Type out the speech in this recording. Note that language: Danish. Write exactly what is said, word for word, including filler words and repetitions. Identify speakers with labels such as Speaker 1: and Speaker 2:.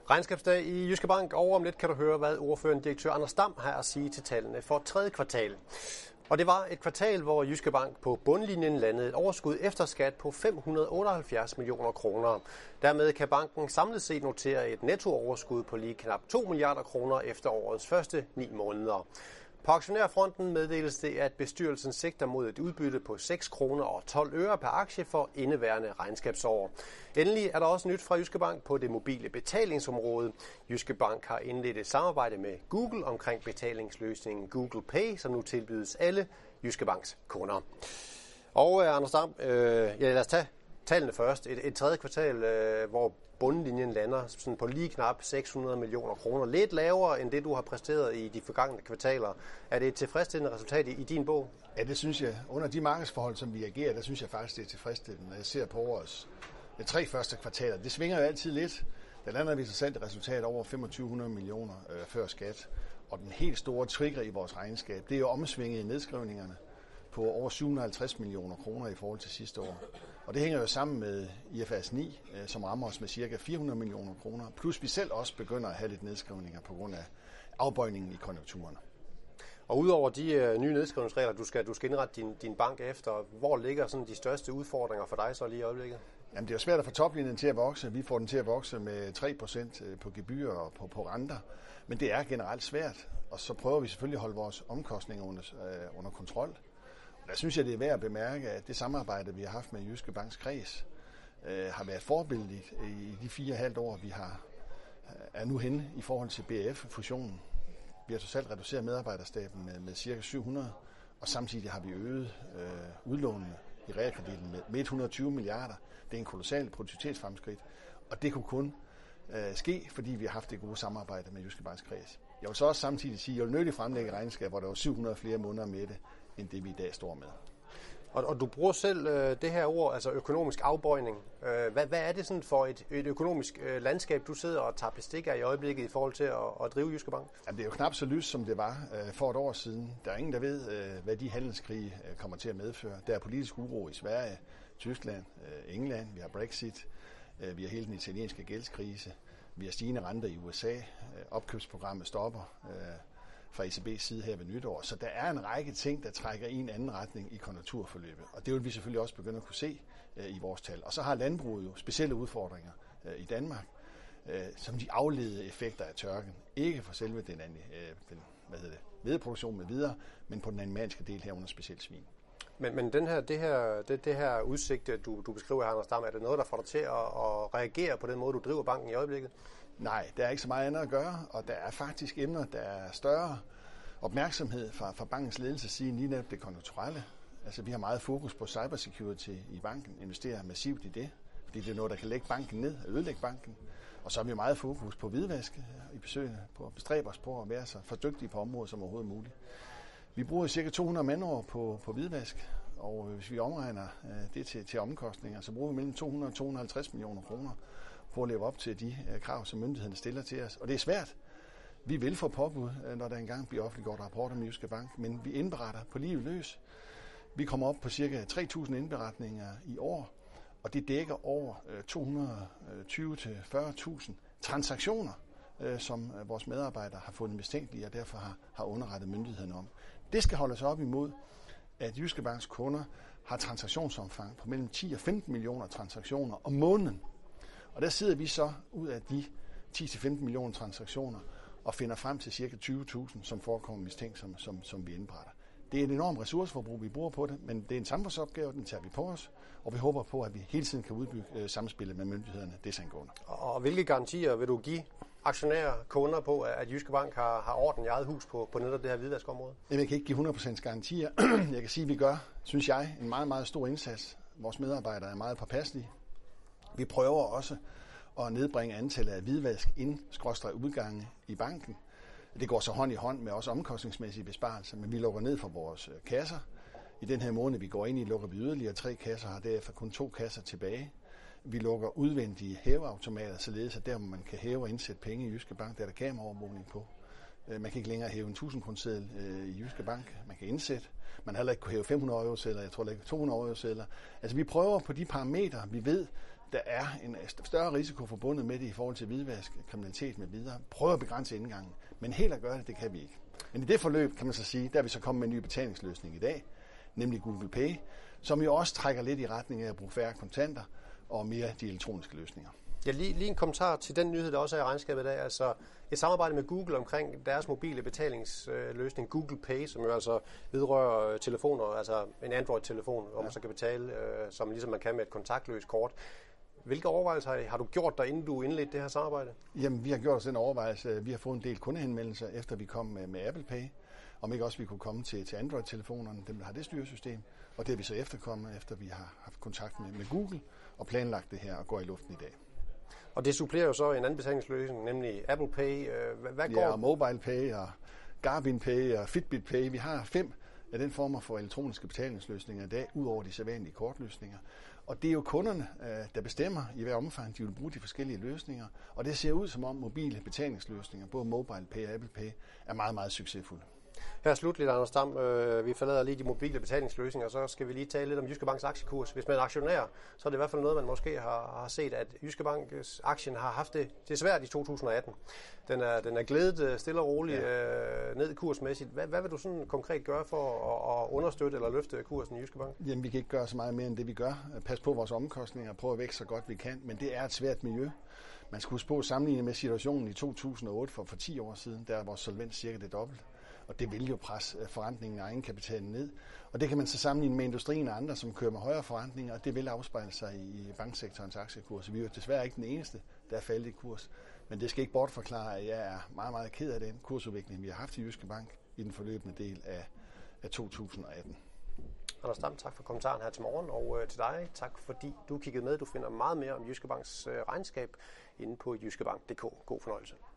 Speaker 1: Regnskabsdag i Jyske Bank. Over om lidt kan du høre, hvad ordføreren direktør Anders Dam har at sige til tallene for tredje kvartal. Og det var et kvartal, hvor Jyske Bank på bundlinjen landede et overskud efter skat på fem hundrede otteoghalvfjerds millioner kroner. Dermed kan banken samlet set notere et nettooverskud på lige knap to milliarder kroner efter årets første ni måneder. På aktionærfronten meddeles det, at bestyrelsen sigter mod et udbytte på seks kroner og tolv øre per aktie for indeværende regnskabsår. Endelig er der også nyt fra Jyske Bank på det mobile betalingsområde. Jyske Bank har indledt et samarbejde med Google omkring betalingsløsningen Google Pay, som nu tilbydes alle Jyske Banks kunder. Og uh, Anders Dam, øh, ja, lad os tage tallene først. Et, et tredje kvartal, øh, hvor bundlinjen lander sådan på lige knap seks hundrede millioner kroner. Lidt lavere end det, du har præsteret i de forgangne kvartaler. Er det et tilfredsstillende resultat i, i din bog?
Speaker 2: Ja, det synes jeg. Under de markedsforhold, som vi agerer, der synes jeg faktisk, det er tilfredsstillende. Når jeg ser på årets de tre første kvartaler, det svinger jo altid lidt. Der lander vi så sandt et resultat over femogtyve hundrede millioner øh, før skat. Og den helt store trigger i vores regnskab, det er jo omsvinget i nedskrivningerne på over syv hundrede og halvtreds millioner kroner i forhold til sidste år. Og det hænger jo sammen med I F R S ni, som rammer os med ca. fire hundrede millioner kroner. Plus vi selv også begynder at have lidt nedskrivninger på grund af afbøjningen i konjunkturerne.
Speaker 1: Og udover de uh, nye nedskrivningsregler, du skal, du skal indrette din, din bank efter, hvor ligger sådan de største udfordringer for dig så lige i øjeblikket?
Speaker 2: Jamen det er jo svært at få toplinjen til at vokse. Vi får den til at vokse med tre procent på gebyrer og på, på renter. Men det er generelt svært. Og så prøver vi selvfølgelig at holde vores omkostninger under, øh, under kontrol. Der synes jeg, det er værd at bemærke, at det samarbejde, vi har haft med Jyske Banks kreds, øh, har været forbilledligt i de fire og et halvt år, vi har, er nu henne i forhold til B F-fusionen. Vi har totalt reduceret medarbejderstaben med, med ca. syv hundrede, og samtidig har vi øget øh, udlånene i realkreditten med, med et hundrede og tyve milliarder. Det er en kolossal produktivitetsfremskridt, og det kunne kun øh, ske, fordi vi har haft det gode samarbejde med Jyske Banks kreds. Jeg vil så også samtidig sige, at jeg vil nødig fremlægge regnskab, hvor der var syv hundrede flere måneder med det, end det vi i dag står med.
Speaker 1: Og, og du bruger selv øh, det her ord, altså økonomisk afbøjning. Øh, hvad, hvad er det sådan for et, et økonomisk øh, landskab, du sidder og tager bestik af i øjeblikket i forhold til at, at drive Jyske Bank?
Speaker 2: Jamen, det er jo knap så lys, som det var øh, for et år siden. Der er ingen, der ved, øh, hvad de handelskrige øh, kommer til at medføre. Der er politisk uro i Sverige, Tyskland, øh, England, vi har Brexit, øh, vi har hele den italienske gældskrise, vi har stigende renter i U S A, øh, opkøbsprogrammet stopper øh, fra E C B's side her ved nytår. Så der er en række ting, der trækker i en anden retning i konjunkturforløbet. Og det vil vi selvfølgelig også begynde at kunne se øh, i vores tal. Og så har landbruget jo specielle udfordringer øh, i Danmark, øh, som de afledede effekter af tørken. Ikke for selve den, øh, den hvad hedder det, hvedeproduktion med videre, men på den animalske del herunder specielt svin.
Speaker 1: Men, men den her, det, her, det, det her udsigt, du, du beskriver her, Anders Dam, er det noget, der får dig til at, at reagere på den måde, du driver banken i øjeblikket?
Speaker 2: Nej, der er ikke så meget andet at gøre, og der er faktisk emner, der er større opmærksomhed fra, fra bankens ledelse siden lige netop det konjunkturelle. Altså, vi har meget fokus på cybersecurity i banken, investerer massivt i det, fordi det er noget, der kan lægge banken ned og ødelægge banken. Og så har vi meget fokus på hvidvask i besøgene, på at bestræbe os på at være så for dygtige på området som overhovedet muligt. Vi bruger cirka to hundrede mandår på, på hvidvask, og hvis vi omregner øh, det til, til omkostninger, så bruger vi mellem to hundrede og to hundrede og halvtreds millioner kroner for at leve op til de øh, krav, som myndighederne stiller til os. Og det er svært. Vi vil få påbud, øh, når der engang bliver offentliggjort rapporter med Jyske Bank, men vi indberetter på livet løs. Vi kommer op på cirka tre tusind indberetninger i år, og det dækker over øh, to hundrede og tyve til fyrre tusind transaktioner, øh, som øh, vores medarbejdere har fundet mistænkelige og derfor har, har underrettet myndighederne om. Det skal holdes op imod, at Jyske Banks kunder har transaktionsomfang på mellem ti og femten millioner transaktioner om måneden. Og der sidder vi så ud af de ti til femten millioner transaktioner og finder frem til cirka tyve tusind, som forekommer mistænkt, som, som, som vi indberetter. Det er et enormt ressourceforbrug, vi bruger på det, men det er en samfundsopgave, den tager vi på os, og vi håber på, at vi hele tiden kan udbygge øh, samspillet med myndighederne desangående.
Speaker 1: Og hvilke garantier vil du give aktionærer, kunder på, at Jyske Bank har, har orden i eget hus på, på netop det her hvidvaskområde?
Speaker 2: Jeg kan ikke give hundrede procent garantier. Jeg kan sige, at vi gør, synes jeg, en meget, meget stor indsats. Vores medarbejdere er meget påpasselige. Vi prøver også at nedbringe antallet af hvidvask ind-udgange i banken. Det går så hånd i hånd med også omkostningsmæssige besparelser, men vi lukker ned for vores kasser. I den her måned, vi går ind i, lukker vi yderligere tre kasser, har derefter kun to kasser tilbage. Vi lukker udvendige hæveautomater, således at der, hvor man kan hæve og indsætte penge i Jyske Bank, der er der kameraovervågning på. Man kan ikke længere hæve en tusind kroner seddel i Jyske Bank. Man kan indsætte. Man har heller ikke kunne hæve fem hundrede euro sedler, jeg tror ikke to hundrede euro sedler. Altså vi prøver på de parametre, vi ved, der er en større risiko forbundet med det i forhold til hvidvask, kriminalitet med videre. Prøv at begrænse indgangen, men helt at gøre det, det kan vi ikke. Men i det forløb, kan man så sige, der er vi så kommet med en ny betalingsløsning i dag, nemlig Google Pay, som jo også trækker lidt i retning af at bruge færre kontanter og mere de elektroniske løsninger.
Speaker 1: Ja, lige, lige en kommentar til den nyhed, der også er i regnskabet i dag. Altså et samarbejde med Google omkring deres mobile betalingsløsning Google Pay, som jo altså vedrører telefoner, altså en Android-telefon, hvor man så kan betale, øh, som ligesom man kan med et kontaktløst kort. Hvilke overvejelser har, har du gjort dig, inden du indledte det her samarbejde?
Speaker 2: Jamen, vi har gjort os den overvejelse. Vi har fået en del kundehenvendelser, efter vi kom med, med Apple Pay. Om ikke også vi kunne komme til, til Android-telefonerne, dem der har det styresystem. Og det er vi så efterkommet, efter vi har haft kontakt med, med Google og planlagt det her og går i luften i dag.
Speaker 1: Og det supplerer jo så en anden betalingsløsning, nemlig Apple Pay. Hvad går?
Speaker 2: Ja, og Mobile Pay og Garmin Pay og Fitbit Pay. Vi har fem af den former for elektroniske betalingsløsninger i dag, ud over de sædvanlige kortløsninger. Og det er jo kunderne, der bestemmer i hver omfang, de vil bruge de forskellige løsninger. Og det ser ud som om mobile betalingsløsninger, både Mobile Pay og Apple Pay, er meget, meget succesfulde.
Speaker 1: Her slutligt, Anders Dam. Vi forlader lige de mobile betalingsløsninger, og så skal vi lige tale lidt om Jyske Banks aktiekurs. Hvis man er aktionær, så er det i hvert fald noget, man måske har, har set, at Jyske Banks aktien har haft det, det er svært i to tusind atten. Den er, den er glædet stille og roligt ja. øh, ned kursmæssigt. Hvad, hvad vil du sådan konkret gøre for at, at understøtte eller løfte kursen i Jyske Bank?
Speaker 2: Jamen, vi kan ikke gøre så meget mere end det, vi gør. Pas på vores omkostninger og prøve at vækste så godt vi kan, men det er et svært miljø. Man skal huske på at sammenligne med situationen i to tusind og otte for, for ti år siden, der er vores solvens cirka det dobbelt. Og det vil jo presse forrentningen af egenkapitalen ned. Og det kan man så sammenligne med industrien og andre, som kører med højere forrentninger, og det vil afspejle sig i banksektorens aktiekurs. Vi er jo desværre ikke den eneste, der er faldet i kurs. Men det skal ikke bortforklare, at jeg er meget, meget ked af den kursudvikling, vi har haft i Jyske Bank i den forløbende del af, af to tusind og atten.
Speaker 1: Anders Dam, tak for kommentaren her til morgen, og øh, til dig, tak fordi du kiggede med. Du finder meget mere om Jyske Banks øh, regnskab inde på jyskebank punktum d k. God fornøjelse.